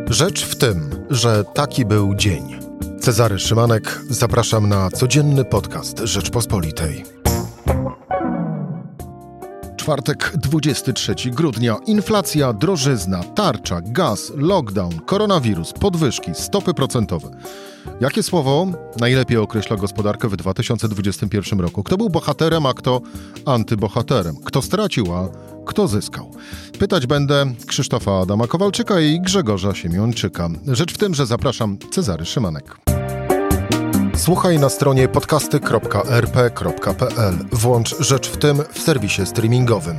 Rzecz w tym, że taki był dzień. Cezary Szymanek, zapraszam na codzienny podcast Rzeczpospolitej. Czwartek, 23 grudnia. Inflacja, drożyzna, tarcza, gaz, lockdown, koronawirus, podwyżki, stopy procentowe. Jakie słowo najlepiej określa gospodarkę w 2021 roku? Kto był bohaterem, a kto antybohaterem? Kto stracił, a kto zyskał? Pytać będę Krzysztofa Adama Kowalczyka i Grzegorza Siemiończyka. Rzecz w tym, że zapraszam, Cezary Szymanek. Słuchaj na stronie podcasty.rp.pl. Włącz Rzecz w tym w serwisie streamingowym.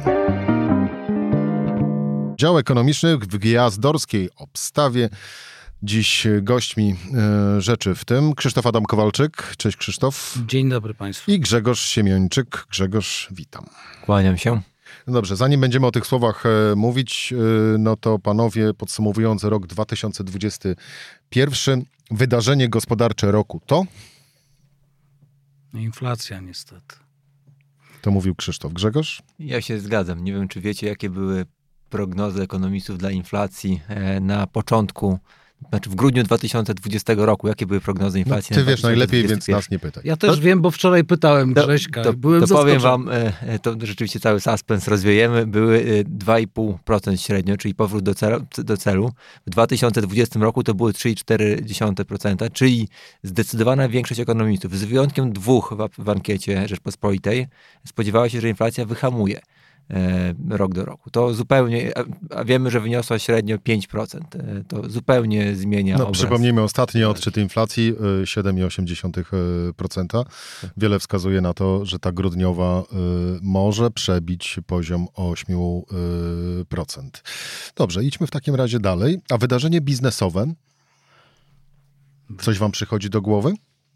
Dział ekonomiczny w Gwiazdorskiej Obstawie. Dziś gośćmi Rzeczy w tym Krzysztof Adam Kowalczyk. Cześć Krzysztof. Dzień dobry Państwu. I Grzegorz Siemiończyk. Grzegorz, witam. Kłaniam się. No dobrze, zanim będziemy o tych słowach mówić, no to panowie, podsumowując rok 2021, wydarzenie gospodarcze roku to? Inflacja niestety. To mówił Krzysztof. Grzegorz? Ja się zgadzam. Nie wiem, czy wiecie, jakie były prognozy ekonomistów dla inflacji na początku, znaczy w grudniu 2020 roku. Jakie były prognozy inflacji? No, ty wiesz najlepiej, więc nas nie pytaj. Ja też wiem, bo wczoraj pytałem Grześka. Byłem to powiem wam, to rzeczywiście cały suspens rozwiejemy. Były 2,5% średnio, czyli powrót do celu. W 2020 roku to były 3,4%, czyli zdecydowana większość ekonomistów, z wyjątkiem dwóch w ankiecie Rzeczpospolitej, spodziewała się, że inflacja wyhamuje rok do roku. To zupełnie, a wiemy, że wyniosła średnio 5%. To zupełnie zmienia obraz. Przypomnijmy ostatni odczyt inflacji 7,8%. Wiele wskazuje na to, że ta grudniowa może przebić poziom 8%. Dobrze, idźmy w takim razie dalej. A wydarzenie biznesowe? Coś wam przychodzi do głowy?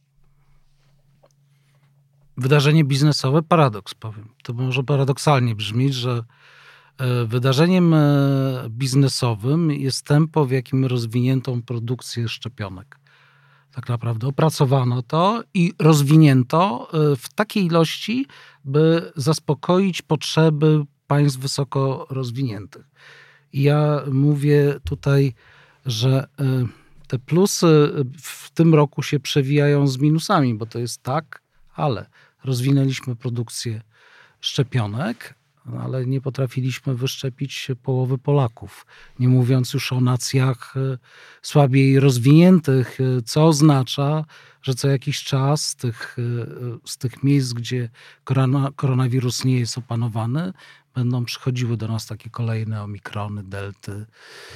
Wydarzenie biznesowe, paradoks powiem. To może paradoksalnie brzmieć, że wydarzeniem biznesowym jest tempo, w jakim rozwinięto produkcję szczepionek. Tak naprawdę opracowano to i rozwinięto w takiej ilości, by zaspokoić potrzeby państw wysoko rozwiniętych. I ja mówię tutaj, że te plusy w tym roku się przewijają z minusami, bo to jest tak, ale rozwinęliśmy produkcję szczepionek, ale nie potrafiliśmy wyszczepić połowy Polaków. Nie mówiąc już o nacjach słabiej rozwiniętych, co oznacza, że co jakiś czas z tych miejsc, gdzie koronawirus nie jest opanowany, będą przychodziły do nas takie kolejne omikrony, delty,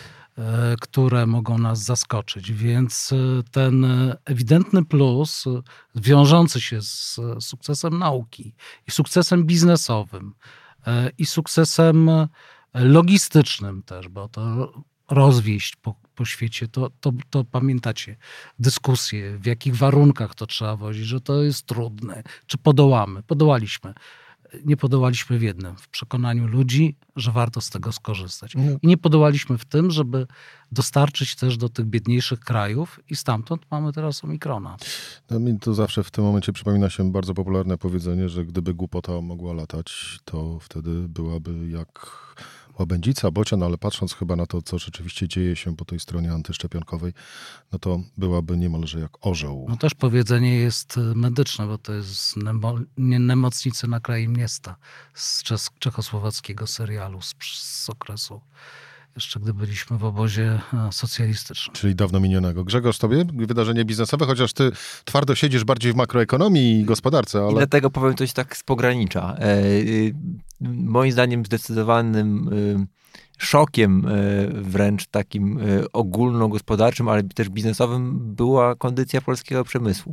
które mogą nas zaskoczyć. Więc ten ewidentny plus wiążący się z sukcesem nauki i sukcesem biznesowym i sukcesem logistycznym też, bo to rozwieść po świecie, to pamiętacie dyskusje, w jakich warunkach to trzeba wozić, że to jest trudne, czy podołamy. Podołaliśmy. Nie podołaliśmy w jednym, w przekonaniu ludzi, że warto z tego skorzystać. I nie podołaliśmy w tym, żeby dostarczyć też do tych biedniejszych krajów i stamtąd mamy teraz omikrona. No, mi to zawsze w tym momencie przypomina się bardzo popularne powiedzenie, że gdyby głupota mogła latać, to wtedy byłaby jak łabędzica, bocian, ale patrząc chyba na to, co rzeczywiście dzieje się po tej stronie antyszczepionkowej, no to byłaby niemalże jak orzeł. No też powiedzenie jest medyczne, bo to jest Nemocnice na kraji miasta z czechosłowackiego serialu z okresu jeszcze gdy byliśmy w obozie socjalistycznym. Czyli dawno minionego. Grzegorz, tobie wydarzenie biznesowe, chociaż ty twardo siedzisz bardziej w makroekonomii i gospodarce, ale... I dlatego powiem coś tak z pogranicza. Moim zdaniem zdecydowanym szokiem wręcz takim ogólnogospodarczym, ale też biznesowym była kondycja polskiego przemysłu.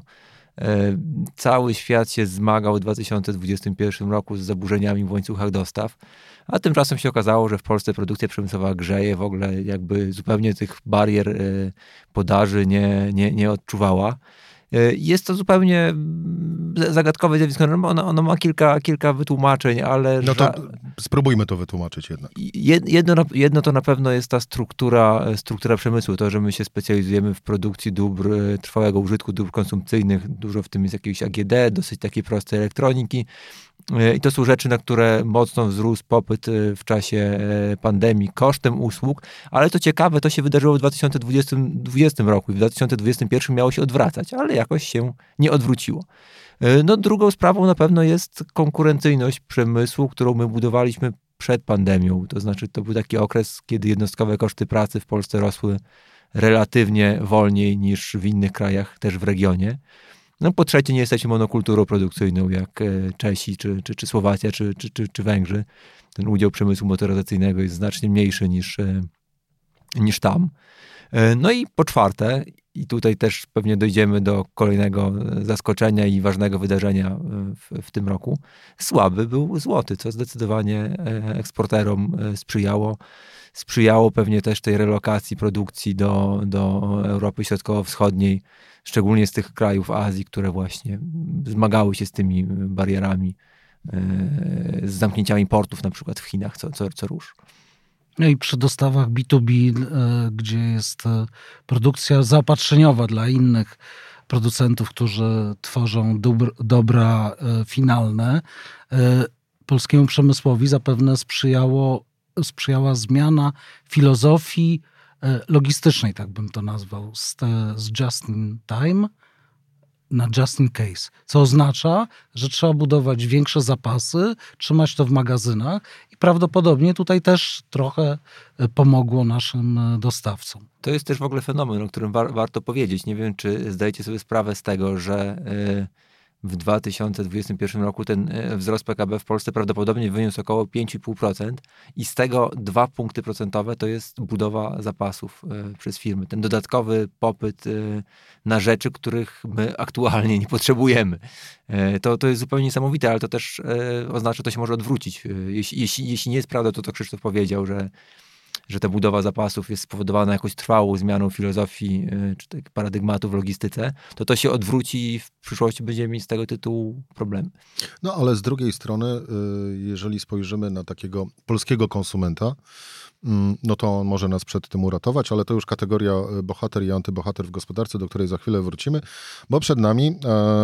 Cały świat się zmagał w 2021 roku z zaburzeniami w łańcuchach dostaw, a tymczasem się okazało, że w Polsce produkcja przemysłowa grzeje, w ogóle jakby zupełnie tych barier podaży nie odczuwała. Jest to zupełnie zagadkowe zjawisko. Ono ma kilka wytłumaczeń, ale... No to spróbujmy to wytłumaczyć jednak. Jedno to na pewno jest ta struktura przemysłu. To, że my się specjalizujemy w produkcji dóbr trwałego użytku, dóbr konsumpcyjnych. Dużo w tym jest jakiegoś AGD, dosyć takiej prostej elektroniki. I to są rzeczy, na które mocno wzrósł popyt w czasie pandemii kosztem usług, ale to ciekawe, to się wydarzyło w 2020 roku i w 2021 miało się odwracać, ale jakoś się nie odwróciło. No, drugą sprawą na pewno jest konkurencyjność przemysłu, którą my budowaliśmy przed pandemią. To znaczy, to był taki okres, kiedy jednostkowe koszty pracy w Polsce rosły relatywnie wolniej niż w innych krajach, też w regionie. No, po trzecie, nie jesteśmy monokulturą produkcyjną jak Czesi, czy Słowacja, czy Węgrzy. Ten udział przemysłu motoryzacyjnego jest znacznie mniejszy niż tam. No i po czwarte, i tutaj też pewnie dojdziemy do kolejnego zaskoczenia i ważnego wydarzenia w tym roku, słaby był złoty, co zdecydowanie eksporterom sprzyjało pewnie też tej relokacji produkcji do Europy Środkowo-Wschodniej, szczególnie z tych krajów Azji, które właśnie zmagały się z tymi barierami, z zamknięciami portów na przykład w Chinach co rusz. No i przy dostawach B2B, gdzie jest produkcja zaopatrzeniowa dla innych producentów, którzy tworzą dobra finalne, polskiemu przemysłowi zapewne sprzyjała zmiana filozofii logistycznej, tak bym to nazwał, z just in time na just in case, co oznacza, że trzeba budować większe zapasy, trzymać to w magazynach i prawdopodobnie tutaj też trochę pomogło naszym dostawcom. To jest też w ogóle fenomen, o którym warto powiedzieć. Nie wiem, czy zdajecie sobie sprawę z tego, że w 2021 roku ten wzrost PKB w Polsce prawdopodobnie wyniósł około 5,5% i z tego 2 punkty procentowe to jest budowa zapasów przez firmy. Ten dodatkowy popyt na rzeczy, których my aktualnie nie potrzebujemy. To jest zupełnie niesamowite, ale to też oznacza, że to się może odwrócić. Jeśli nie jest prawda, to Krzysztof powiedział, że ta budowa zapasów jest spowodowana jakąś trwałą zmianą filozofii czy tak paradygmatu w logistyce, to się odwróci i w przyszłości będziemy mieć z tego tytułu problemy. No ale z drugiej strony, jeżeli spojrzymy na takiego polskiego konsumenta, no to on może nas przed tym uratować, ale to już kategoria bohater i antybohater w gospodarce, do której za chwilę wrócimy, bo przed nami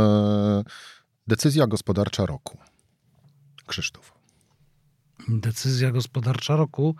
decyzja gospodarcza roku. Krzysztof. Decyzja gospodarcza roku.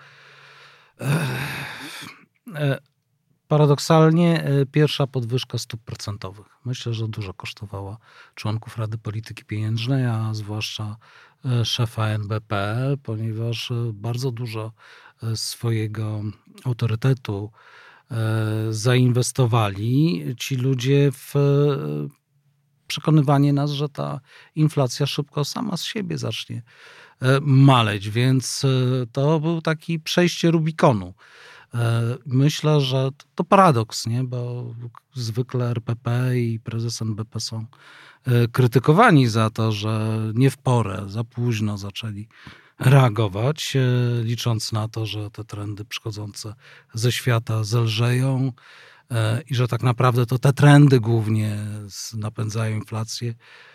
Paradoksalnie pierwsza podwyżka stóp procentowych. Myślę, że dużo kosztowała członków Rady Polityki Pieniężnej, a zwłaszcza szefa NBP, ponieważ bardzo dużo swojego autorytetu zainwestowali ci ludzie w przekonywanie nas, że ta inflacja szybko sama z siebie zacznie maleć, więc to był taki przejście Rubikonu. Myślę, że to paradoks, nie? Bo zwykle RPP i prezes NBP są krytykowani za to, że nie w porę, za późno zaczęli reagować, licząc na to, że te trendy przychodzące ze świata zelżeją i że tak naprawdę to te trendy głównie napędzają inflację.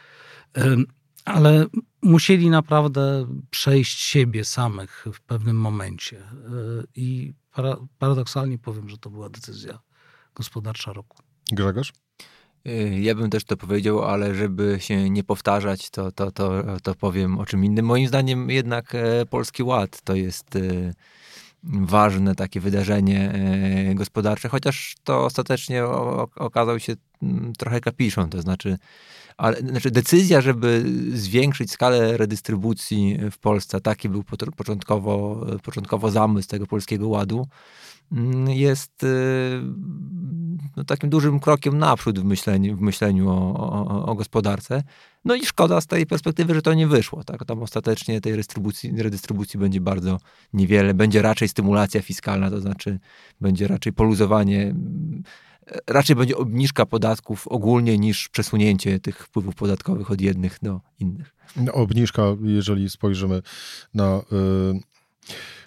Ale musieli naprawdę przejść siebie samych w pewnym momencie. I paradoksalnie powiem, że to była decyzja gospodarcza roku. Grzegorz? Ja bym też to powiedział, ale żeby się nie powtarzać, to powiem o czym innym. Moim zdaniem jednak Polski Ład to jest ważne takie wydarzenie gospodarcze, chociaż to ostatecznie okazał się trochę kapiszon, to znaczy decyzja, żeby zwiększyć skalę redystrybucji w Polsce, taki był początkowo zamysł tego Polskiego Ładu, jest takim dużym krokiem naprzód w myśleniu o gospodarce. No i szkoda z tej perspektywy, że to nie wyszło. Tak? Tam ostatecznie tej redystrybucji będzie bardzo niewiele. Będzie raczej stymulacja fiskalna, to znaczy będzie raczej poluzowanie, raczej będzie obniżka podatków ogólnie niż przesunięcie tych wpływów podatkowych od jednych do innych. Obniżka, jeżeli spojrzymy na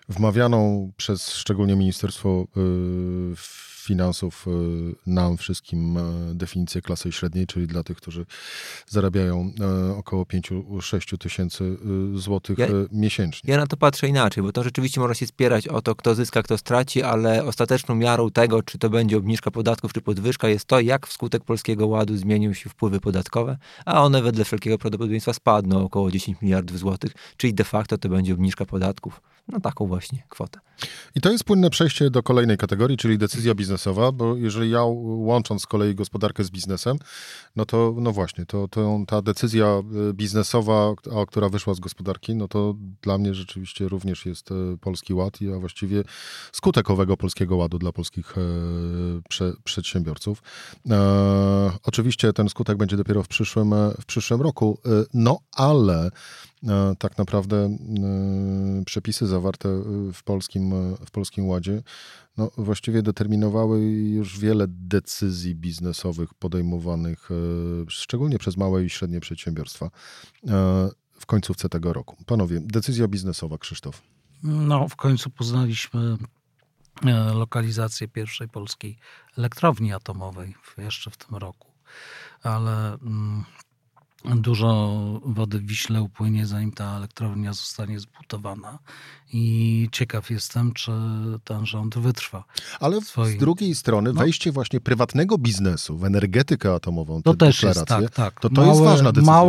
wmawianą przez szczególnie Ministerstwo Finansów nam wszystkim definicję klasy średniej, czyli dla tych, którzy zarabiają około 5-6 tysięcy złotych miesięcznie. Ja na to patrzę inaczej, bo to rzeczywiście można się spierać o to, kto zyska, kto straci, ale ostateczną miarą tego, czy to będzie obniżka podatków, czy podwyżka, jest to, jak wskutek Polskiego Ładu zmienią się wpływy podatkowe, a one wedle wszelkiego prawdopodobieństwa spadną o około 10 miliardów złotych, czyli de facto to będzie obniżka podatków na taką właśnie kwotę. I to jest płynne przejście do kolejnej kategorii, czyli decyzja biznesowa, bo jeżeli ja łącząc z kolei gospodarkę z biznesem, no to no właśnie, ta decyzja biznesowa, która wyszła z gospodarki, no to dla mnie rzeczywiście również jest Polski Ład, a właściwie skutek owego Polskiego Ładu dla polskich przedsiębiorców. Oczywiście ten skutek będzie dopiero w przyszłym roku, no ale tak naprawdę przepisy zawarte w Polskim Ładzie no, właściwie determinowały już wiele decyzji biznesowych podejmowanych szczególnie przez małe i średnie przedsiębiorstwa w końcówce tego roku. Panowie, decyzja biznesowa, Krzysztof. No, w końcu poznaliśmy lokalizację pierwszej polskiej elektrowni atomowej jeszcze w tym roku, ale dużo wody w Wiśle upłynie, zanim ta elektrownia zostanie zbudowana i ciekaw jestem, czy ten rząd wytrwa. Ale z drugiej strony wejście właśnie prywatnego biznesu w energetykę atomową, to też jest, tak. To jest ważna decyzja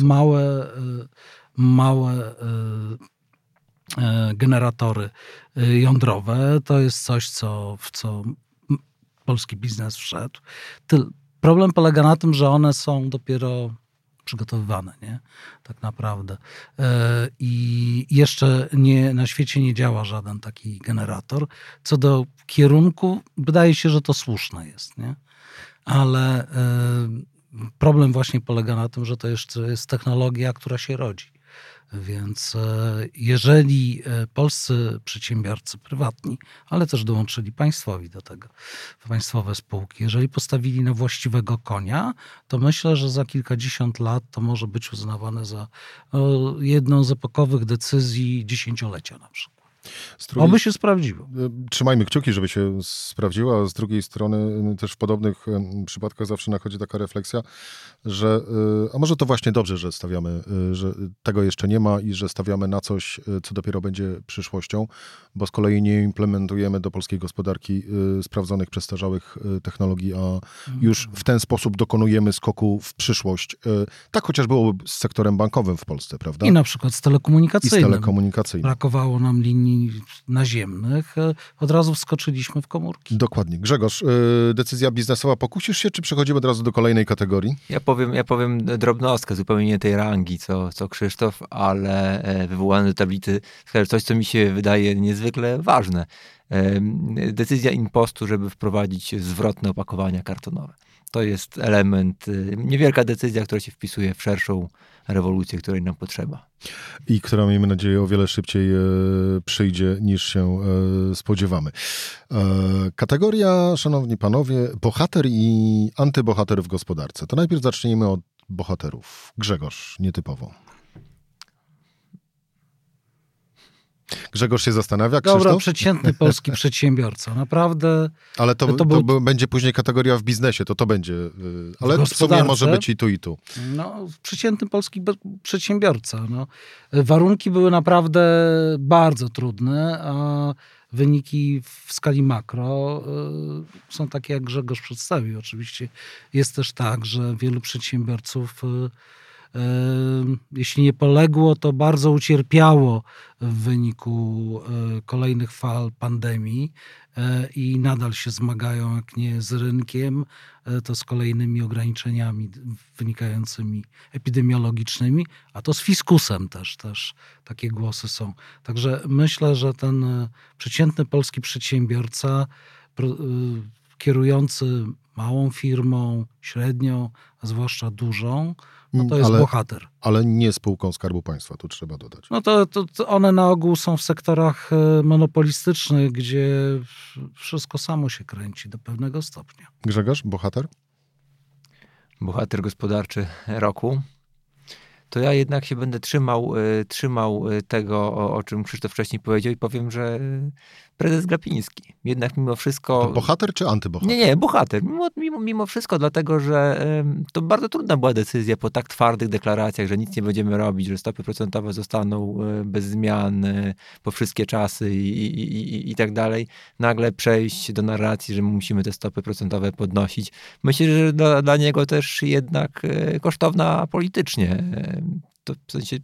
małe generatory jądrowe, to jest coś, w co polski biznes wszedł. Problem polega na tym, że one są dopiero przygotowywane, nie? Tak naprawdę. I jeszcze na świecie nie działa żaden taki generator. Co do kierunku, wydaje się, że to słuszne jest, nie? Ale problem właśnie polega na tym, że to jeszcze jest technologia, która się rodzi. Więc jeżeli polscy przedsiębiorcy prywatni, ale też dołączyli państwowi do tego, państwowe spółki, jeżeli postawili na właściwego konia, to myślę, że za kilkadziesiąt lat to może być uznawane za jedną z epokowych decyzji dziesięciolecia na przykład. Oby się sprawdziło. Trzymajmy kciuki, żeby się sprawdziło, a z drugiej strony też w podobnych przypadkach zawsze nachodzi taka refleksja, że a może to właśnie dobrze, że stawiamy, że tego jeszcze nie ma i że stawiamy na coś, co dopiero będzie przyszłością, bo z kolei nie implementujemy do polskiej gospodarki sprawdzonych, przestarzałych technologii, a już w ten sposób dokonujemy skoku w przyszłość. Tak chociaż było z sektorem bankowym w Polsce, prawda? I na przykład z telekomunikacyjnym. Brakowało nam linii naziemnych, od razu wskoczyliśmy w komórki. Dokładnie. Grzegorz, decyzja biznesowa, pokusisz się, czy przechodzimy od razu do kolejnej kategorii? Ja powiem drobnostkę, zupełnie nie tej rangi, co Krzysztof, ale wywołane do tablicy, coś, co mi się wydaje niezwykle ważne. Decyzja Impostu, żeby wprowadzić zwrotne opakowania kartonowe. To jest element, niewielka decyzja, która się wpisuje w szerszą rewolucję, której nam potrzeba. I która, miejmy nadzieję, o wiele szybciej przyjdzie, niż się spodziewamy. Kategoria, szanowni panowie, bohater i antybohater w gospodarce. To najpierw zacznijmy od bohaterów. Grzegorz, nietypowo. Grzegorz się zastanawia, Krzysztof? Dobra, przeciętny polski przedsiębiorca. Naprawdę. Ale to będzie później kategoria w biznesie, to będzie. Ale w sumie może być i tu, i tu. No, przeciętny polski przedsiębiorca. No. Warunki były naprawdę bardzo trudne, a wyniki w skali makro są takie, jak Grzegorz przedstawił. Oczywiście jest też tak, że wielu przedsiębiorców jeśli nie poległo, to bardzo ucierpiało w wyniku kolejnych fal pandemii i nadal się zmagają, jak nie z rynkiem, to z kolejnymi ograniczeniami wynikającymi epidemiologicznymi, a to z fiskusem też takie głosy są. Także myślę, że ten przeciętny polski przedsiębiorca kierujący małą firmą, średnią, a zwłaszcza dużą, no to jest bohater. Ale nie spółką Skarbu Państwa, tu trzeba dodać. No to one na ogół są w sektorach monopolistycznych, gdzie wszystko samo się kręci do pewnego stopnia. Grzegorz, bohater? Bohater gospodarczy roku. to ja jednak się będę trzymał tego, o czym Krzysztof wcześniej powiedział i powiem, że prezes Glapiński. Jednak mimo wszystko... To bohater czy antybohater? Nie, bohater. Mimo wszystko, dlatego, że to bardzo trudna była decyzja po tak twardych deklaracjach, że nic nie będziemy robić, że stopy procentowe zostaną bez zmian po wszystkie czasy i tak dalej. Nagle przejść do narracji, że musimy te stopy procentowe podnosić. Myślę, że dla niego też jednak kosztowna politycznie. To w sensie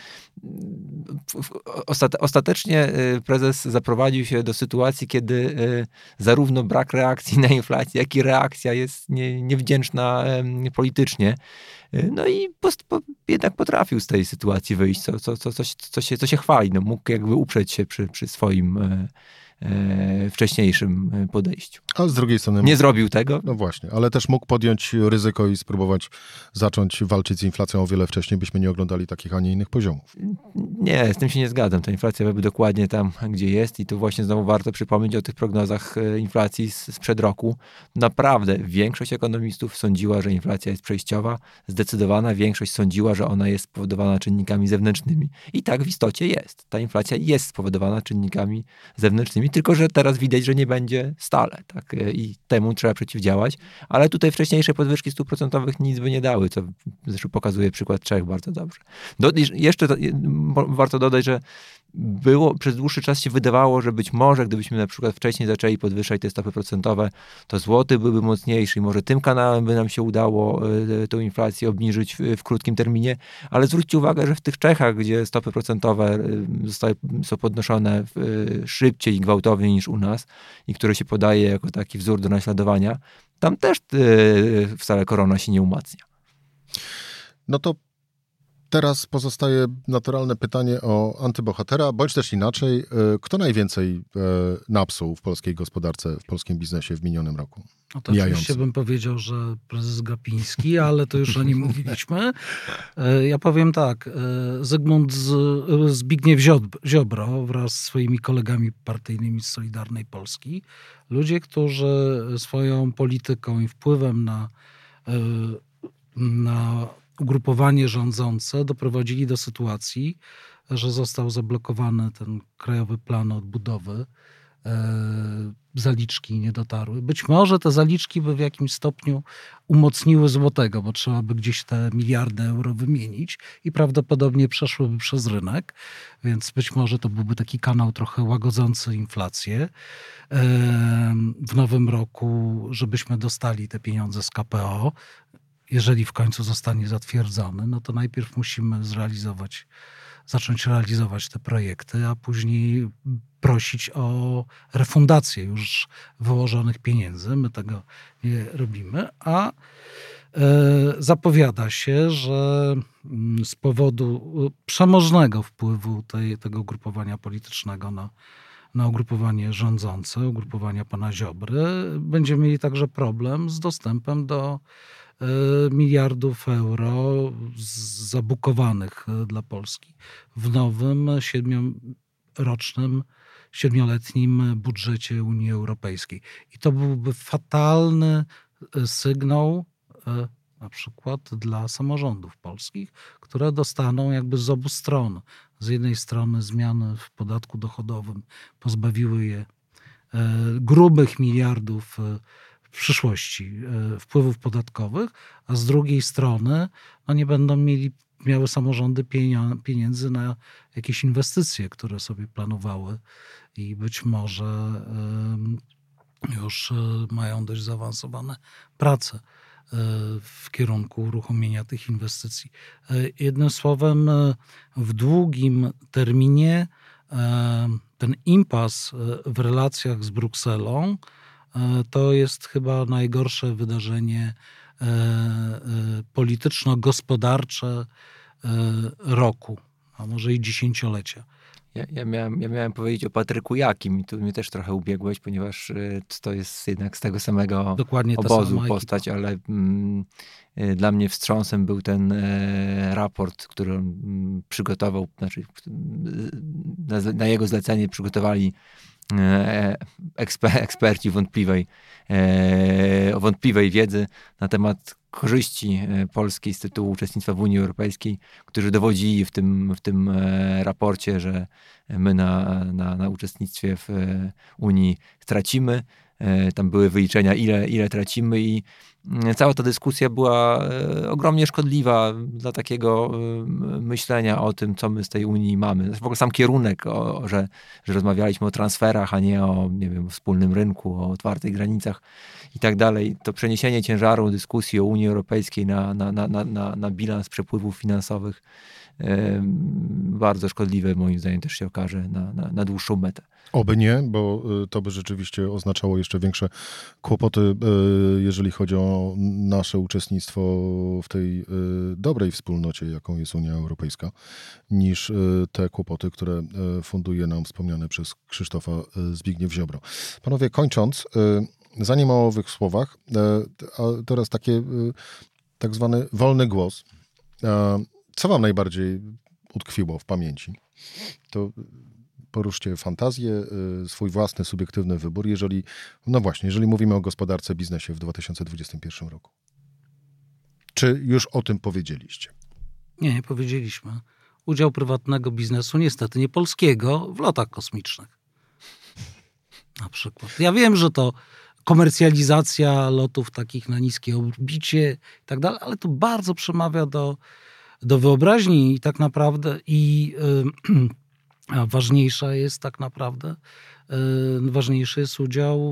ostatecznie prezes zaprowadził się do sytuacji, kiedy zarówno brak reakcji na inflację, jak i reakcja jest niewdzięczna politycznie. No i jednak potrafił z tej sytuacji wyjść, co się chwali. No, mógł jakby uprzeć się przy swoim wcześniejszym podejściu. A z drugiej strony... Nie zrobił tego. No właśnie, ale też mógł podjąć ryzyko i spróbować zacząć walczyć z inflacją o wiele wcześniej, byśmy nie oglądali takich, a nie innych poziomów. Nie, z tym się nie zgadzam. Ta inflacja byłaby dokładnie tam, gdzie jest i tu właśnie znowu warto przypomnieć o tych prognozach inflacji sprzed roku. Naprawdę większość ekonomistów sądziła, że inflacja jest przejściowa. Zdecydowana większość sądziła, że ona jest spowodowana czynnikami zewnętrznymi. I tak w istocie jest. Ta inflacja jest spowodowana czynnikami zewnętrznymi, tylko że teraz widać, że nie będzie stale. Tak? I temu trzeba przeciwdziałać. Ale tutaj wcześniejsze podwyżki stóp procentowych nic by nie dały, co zresztą pokazuje przykład Czech bardzo dobrze. Jeszcze warto dodać, że przez dłuższy czas się wydawało, że być może gdybyśmy na przykład wcześniej zaczęli podwyższać te stopy procentowe, to złoty byłby mocniejszy i może tym kanałem by nam się udało tą inflację obniżyć w krótkim terminie, ale zwróćcie uwagę, że w tych Czechach, gdzie stopy procentowe są podnoszone szybciej i gwałtowniej niż u nas i które się podaje jako taki wzór do naśladowania, tam też wcale korona się nie umacnia. No to teraz pozostaje naturalne pytanie o antybohatera, bądź też inaczej. Kto najwięcej napsuł w polskiej gospodarce, w polskim biznesie w minionym roku? No to oczywiście bym powiedział, że prezes Glapiński, ale to już o nim mówiliśmy. Ja powiem tak, Zbigniew Ziobro wraz z swoimi kolegami partyjnymi z Solidarnej Polski, ludzie, którzy swoją polityką i wpływem na ugrupowanie rządzące doprowadzili do sytuacji, że został zablokowany ten Krajowy Plan Odbudowy. Zaliczki nie dotarły. Być może te zaliczki by w jakimś stopniu umocniły złotego, bo trzeba by gdzieś te miliardy euro wymienić i prawdopodobnie przeszłyby przez rynek, więc być może to byłby taki kanał trochę łagodzący inflację. W nowym roku, żebyśmy dostali te pieniądze z KPO, jeżeli w końcu zostanie zatwierdzony, no to najpierw musimy zacząć realizować te projekty, a później prosić o refundację już wyłożonych pieniędzy. My tego nie robimy, a zapowiada się, że z powodu przemożnego wpływu tego ugrupowania politycznego na ugrupowanie rządzące, ugrupowania pana Ziobry, będziemy mieli także problem z dostępem do miliardów euro zabukowanych dla Polski w nowym 7-letnim budżecie Unii Europejskiej. I to byłby fatalny sygnał na przykład dla samorządów polskich, które dostaną jakby z obu stron. Z jednej strony zmiany w podatku dochodowym pozbawiły je grubych miliardów w przyszłości wpływów podatkowych, a z drugiej strony nie będą miały samorządy pieniędzy na jakieś inwestycje, które sobie planowały i być może już mają dość zaawansowane prace w kierunku uruchomienia tych inwestycji. Jednym słowem, w długim terminie ten impas w relacjach z Brukselą to jest chyba najgorsze wydarzenie polityczno-gospodarcze roku, a może i dziesięciolecia. Ja miałem powiedzieć o Patryku Jakim i tu mnie też trochę ubiegłeś, ponieważ to jest jednak z tego samego obozu postać, ale dla mnie wstrząsem był ten raport, który on przygotował, znaczy na jego zlecenie przygotowali eksperci o wątpliwej wiedzy na temat korzyści polskiej z tytułu uczestnictwa w Unii Europejskiej, którzy dowodzili w tym raporcie, że my na uczestnictwie w Unii tracimy. Tam były wyliczenia, ile tracimy i cała ta dyskusja była ogromnie szkodliwa dla takiego myślenia o tym, co my z tej Unii mamy. W ogóle sam kierunek, że rozmawialiśmy o transferach, a nie o, nie wiem, wspólnym rynku, o otwartych granicach i tak dalej. To przeniesienie ciężaru dyskusji o Unii Europejskiej na bilans przepływów finansowych bardzo szkodliwe, moim zdaniem, też się okaże na dłuższą metę. Oby nie, bo to by rzeczywiście oznaczało jeszcze większe kłopoty, jeżeli chodzi o nasze uczestnictwo w tej dobrej wspólnocie, jaką jest Unia Europejska, niż te kłopoty, które funduje nam wspomniane przez Krzysztofa Zbigniew Ziobro. Panowie, kończąc, zanim o owych słowach, a teraz takie tak zwany wolny głos. Co wam najbardziej utkwiło w pamięci? To poruszcie fantazję, swój własny, subiektywny wybór, jeżeli mówimy o gospodarce, biznesie w 2021 roku. Czy już o tym powiedzieliście? Nie powiedzieliśmy. Udział prywatnego biznesu, niestety nie polskiego, w lotach kosmicznych. Na przykład. Ja wiem, że to komercjalizacja lotów takich na niskiej orbicie i tak dalej, ale to bardzo przemawia do wyobraźni i tak naprawdę ważniejsza jest tak naprawdę, ważniejszy jest udział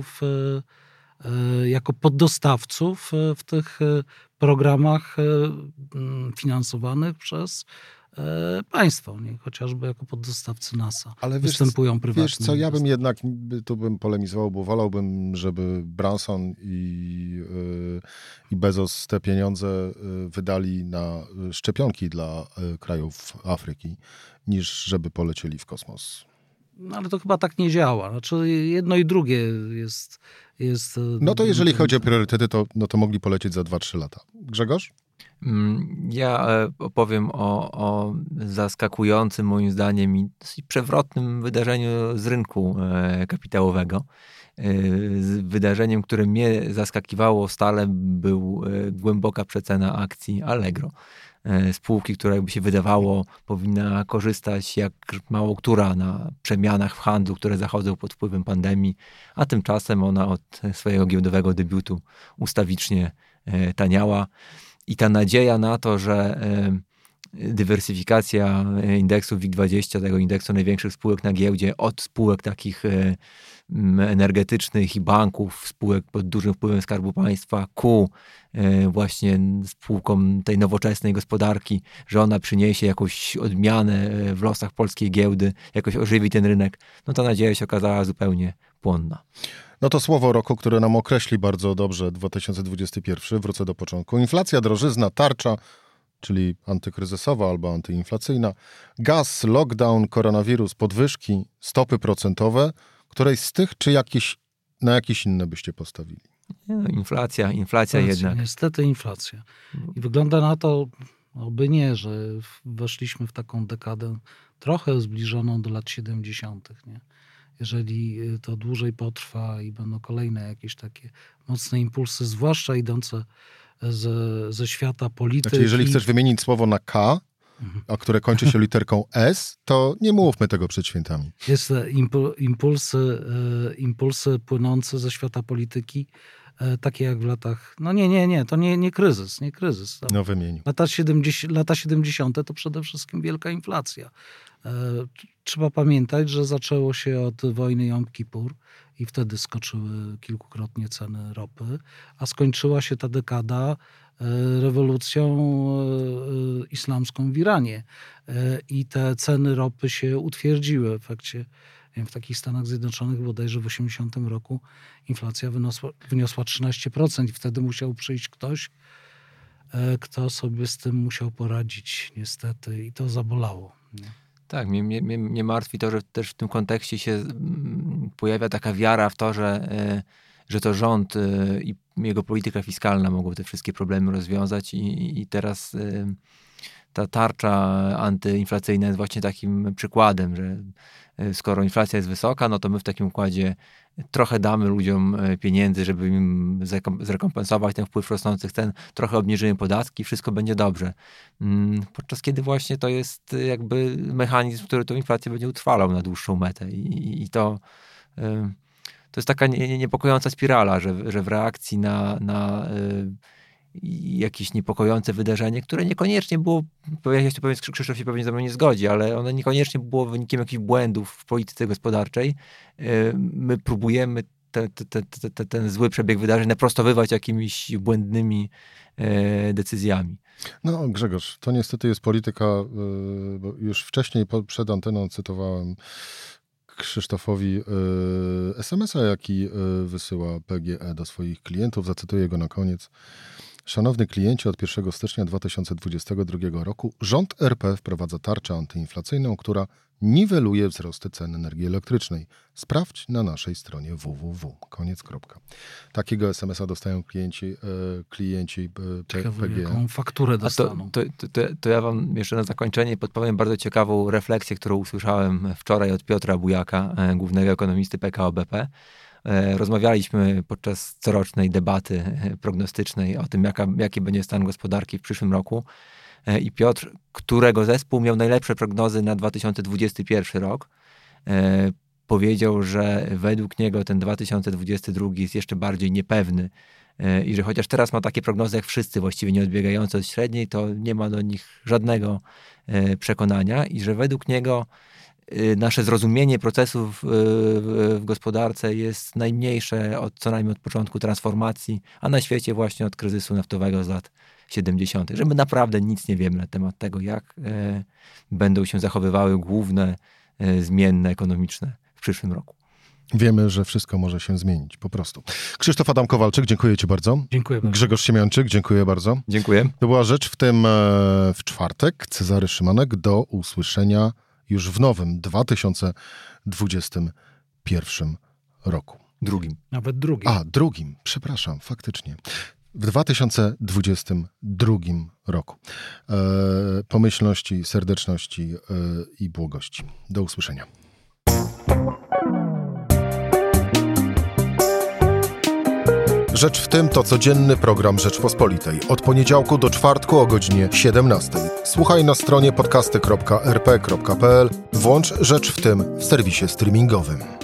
jako poddostawców w tych programach finansowanych przez państwo, nie? Chociażby jako poddostawcy NASA. Ale występują prywatnie. Wiesz co, ja bym jednak, tu bym polemizował, bo wolałbym, żeby Branson i Bezos te pieniądze wydali na szczepionki dla krajów Afryki, niż żeby polecieli w kosmos. No ale to chyba tak nie działa. Znaczy jedno i drugie jest... No to jeżeli chodzi o priorytety, to mogli polecieć za 2-3 lata. Grzegorz? Ja opowiem o zaskakującym, moim zdaniem, i dosyć przewrotnym wydarzeniu z rynku kapitałowego. Wydarzeniem, które mnie zaskakiwało stale, był głęboka przecena akcji Allegro. Spółki, która jakby się wydawało powinna korzystać jak mało która na przemianach w handlu, które zachodzą pod wpływem pandemii, a tymczasem ona od swojego giełdowego debiutu ustawicznie taniała. I ta nadzieja na to, że dywersyfikacja indeksu WIG20, tego indeksu największych spółek na giełdzie, od spółek takich energetycznych i banków, spółek pod dużym wpływem Skarbu Państwa, ku właśnie spółkom tej nowoczesnej gospodarki, że ona przyniesie jakąś odmianę w losach polskiej giełdy, jakoś ożywi ten rynek, no ta nadzieja się okazała zupełnie płonna. No to słowo roku, które nam określi bardzo dobrze 2021. Wrócę do początku. Inflacja, drożyzna, tarcza, czyli antykryzysowa albo antyinflacyjna, gaz, lockdown, koronawirus, podwyżki, stopy procentowe. Której z tych, czy na jakieś inne byście postawili? Inflacja jednak. Niestety inflacja. I wygląda na to, oby nie, że weszliśmy w taką dekadę trochę zbliżoną do lat 70. Nie? Jeżeli to dłużej potrwa i będą kolejne jakieś takie mocne impulsy, zwłaszcza idące ze świata polityki. Znaczy, jeżeli chcesz wymienić słowo na K, a które kończy się literką S, to nie mówmy tego przed świętami. Jest impulsy płynące ze świata polityki, takie jak w latach... No nie, to nie kryzys. No wymienił. Lata 70. to przede wszystkim wielka inflacja. Trzeba pamiętać, że zaczęło się od wojny Jom Kippur i wtedy skoczyły kilkukrotnie ceny ropy, a skończyła się ta dekada rewolucją islamską w Iranie. I te ceny ropy się utwierdziły. W efekcie w takich Stanach Zjednoczonych bodajże w 80 roku inflacja wyniosła 13% i wtedy musiał przyjść ktoś, kto sobie z tym musiał poradzić niestety i to zabolało. Nie? Tak, mnie martwi to, że też w tym kontekście się pojawia taka wiara w to, że to rząd i jego polityka fiskalna mogą te wszystkie problemy rozwiązać i teraz ta tarcza antyinflacyjna jest właśnie takim przykładem, że skoro inflacja jest wysoka, no to my w takim układzie trochę damy ludziom pieniędzy, żeby im zrekompensować ten wpływ rosnących cen, trochę obniżymy podatki, wszystko będzie dobrze. Podczas kiedy właśnie to jest jakby mechanizm, który tą inflację będzie utrwalał na dłuższą metę. I to jest taka niepokojąca spirala, że w reakcji na jakieś niepokojące wydarzenie, które niekoniecznie było, Krzysztof się pewnie ze mną nie zgodzi, ale ono niekoniecznie było wynikiem jakichś błędów w polityce gospodarczej. My próbujemy ten zły przebieg wydarzeń naprostowywać jakimiś błędnymi decyzjami. No Grzegorz, to niestety jest polityka, bo już wcześniej przed anteną cytowałem Krzysztofowi SMS-a, jaki wysyła PGE do swoich klientów. Zacytuję go na koniec. Szanowni klienci, od 1 stycznia 2022 roku rząd RP wprowadza tarczę antyinflacyjną, która niweluje wzrosty cen energii elektrycznej. Sprawdź na naszej stronie www. Koniec, kropka. Takiego SMS-a dostają klienci PGE. Jaką fakturę dostaną. To ja wam jeszcze na zakończenie podpowiem bardzo ciekawą refleksję, którą usłyszałem wczoraj od Piotra Bujaka, głównego ekonomisty PKO BP. Rozmawialiśmy podczas corocznej debaty prognostycznej o tym, jaki będzie stan gospodarki w przyszłym roku. I Piotr, którego zespół miał najlepsze prognozy na 2021 rok, powiedział, że według niego ten 2022 jest jeszcze bardziej niepewny i że chociaż teraz ma takie prognozy jak wszyscy, właściwie nie odbiegające od średniej, to nie ma do nich żadnego przekonania i że według niego nasze zrozumienie procesów w gospodarce jest najmniejsze co najmniej od początku transformacji, a na świecie właśnie od kryzysu naftowego z lat 70. Że my naprawdę nic nie wiemy na temat tego, jak będą się zachowywały główne zmienne ekonomiczne w przyszłym roku. Wiemy, że wszystko może się zmienić, po prostu. Krzysztof Adam Kowalczyk, dziękuję ci bardzo. Dziękuję bardzo. Grzegorz Siemianczyk, dziękuję bardzo. Dziękuję. To była Rzecz w tym w czwartek. Cezary Szymanek, do usłyszenia już w nowym 2021 roku. Drugim. Nawet drugim. Drugim, przepraszam, faktycznie. W 2022 roku. Pomyślności, serdeczności i błogości. Do usłyszenia. Rzecz w tym to codzienny program Rzeczpospolitej. Od poniedziałku do czwartku o godzinie 17. Słuchaj na stronie podcasty.rp.pl. Włącz Rzecz w tym w serwisie streamingowym.